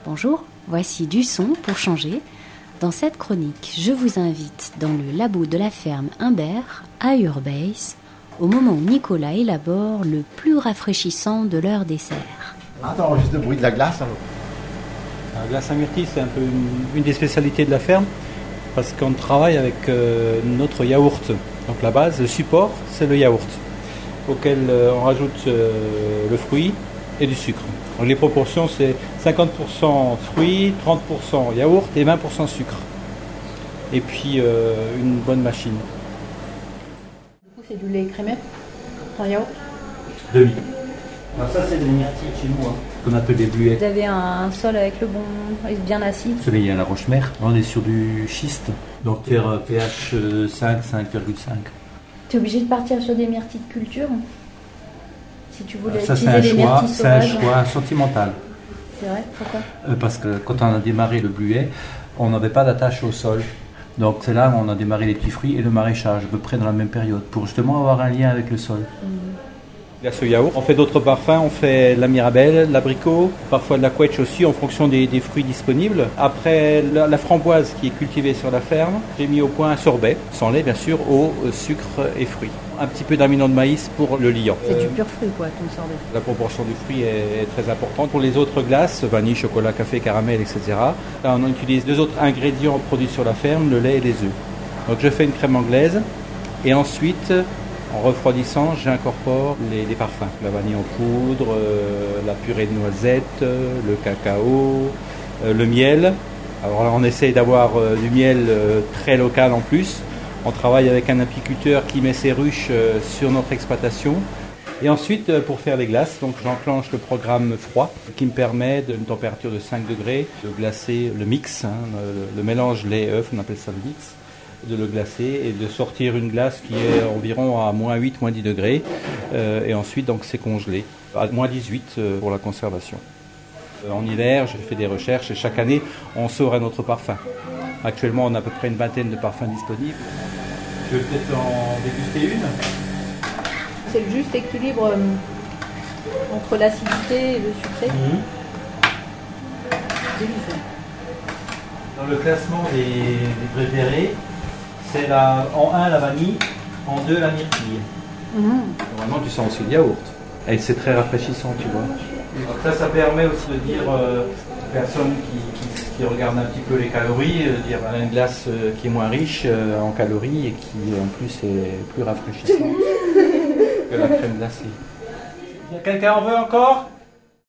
Bonjour, voici du son pour changer. Dans cette chronique, je vous invite dans le labo de la ferme Humbert à Urbase, au moment où Nicolas élabore le plus rafraîchissant de leur dessert. Attends, juste le bruit de la glace alors. La glace à myrtille, c'est un peu une des spécialités de la ferme parce qu'on travaille avec notre yaourt. Donc la base, le support, c'est le yaourt auquel on rajoute le fruit et du sucre. Donc les proportions, c'est 50% fruits, 30% yaourt et 20% sucre. Et puis une bonne machine. Du coup, c'est du lait écrémé, un yaourt. Demi. Alors ça, c'est des myrtilles chez nous, qu'on appelle des bluets. Vous avez un sol avec le bon, bien acide. Vous savez, il y a la roche-mère. On est sur du schiste, donc pH 5, 5,5. Tu es obligé de partir sur des myrtilles de culture si tu voulais Ça, utiliser les myrtilles sauvages. C'est un choix sentimental. C'est vrai, pourquoi Parce que quand on a démarré le bluet, on n'avait pas d'attache au sol. Donc c'est là où on a démarré les petits fruits et le maraîchage, à peu près dans la même période, pour justement avoir un lien avec le sol. Il y a ce yaourt, on fait d'autres parfums, on fait de la mirabelle, de l'abricot, parfois de la quetch aussi en fonction des fruits disponibles. Après la framboise qui est cultivée sur la ferme, j'ai mis au point un sorbet, sans lait bien sûr, eau, sucre et fruits. Un petit peu d'amidon de maïs pour le liant. C'est du pur fruit quoi, ton sorbet. La proportion du fruit est très importante. Pour les autres glaces, vanille, chocolat, café, caramel, etc. Là on utilise 2 autres ingrédients produits sur la ferme, le lait et les œufs. Donc je fais une crème anglaise et ensuite, en refroidissant, j'incorpore les parfums. La vanille en poudre, la purée de noisettes, le cacao, le miel. Alors là, on essaye d'avoir du miel très local en plus. On travaille avec un apiculteur qui met ses ruches sur notre exploitation. Et ensuite, pour faire les glaces, donc j'enclenche le programme froid qui me permet d'une température de 5 degrés de glacer le mix, le mélange lait-œuf, on appelle ça le mix, de le glacer et de sortir une glace qui est environ à moins 8, moins 10 degrés. Et ensuite, donc, c'est congelé à moins 18 pour la conservation. En hiver, je fais des recherches et chaque année, on sort un autre parfum. Actuellement, on a à peu près une vingtaine de parfums disponibles. Je vais peut-être en déguster une. C'est le juste équilibre entre l'acidité et le sucré. Délicieux. Dans le classement des préférés, c'est en 1 la vanille, en 2 la myrtille. Normalement, tu sens aussi le yaourt. Et c'est très rafraîchissant, tu vois. Donc ça permet aussi de dire aux personnes qui regardent un petit peu les calories, de dire voilà, une glace qui est moins riche en calories et qui en plus est plus rafraîchissante que la crème glacée. Quelqu'un en veut encore ?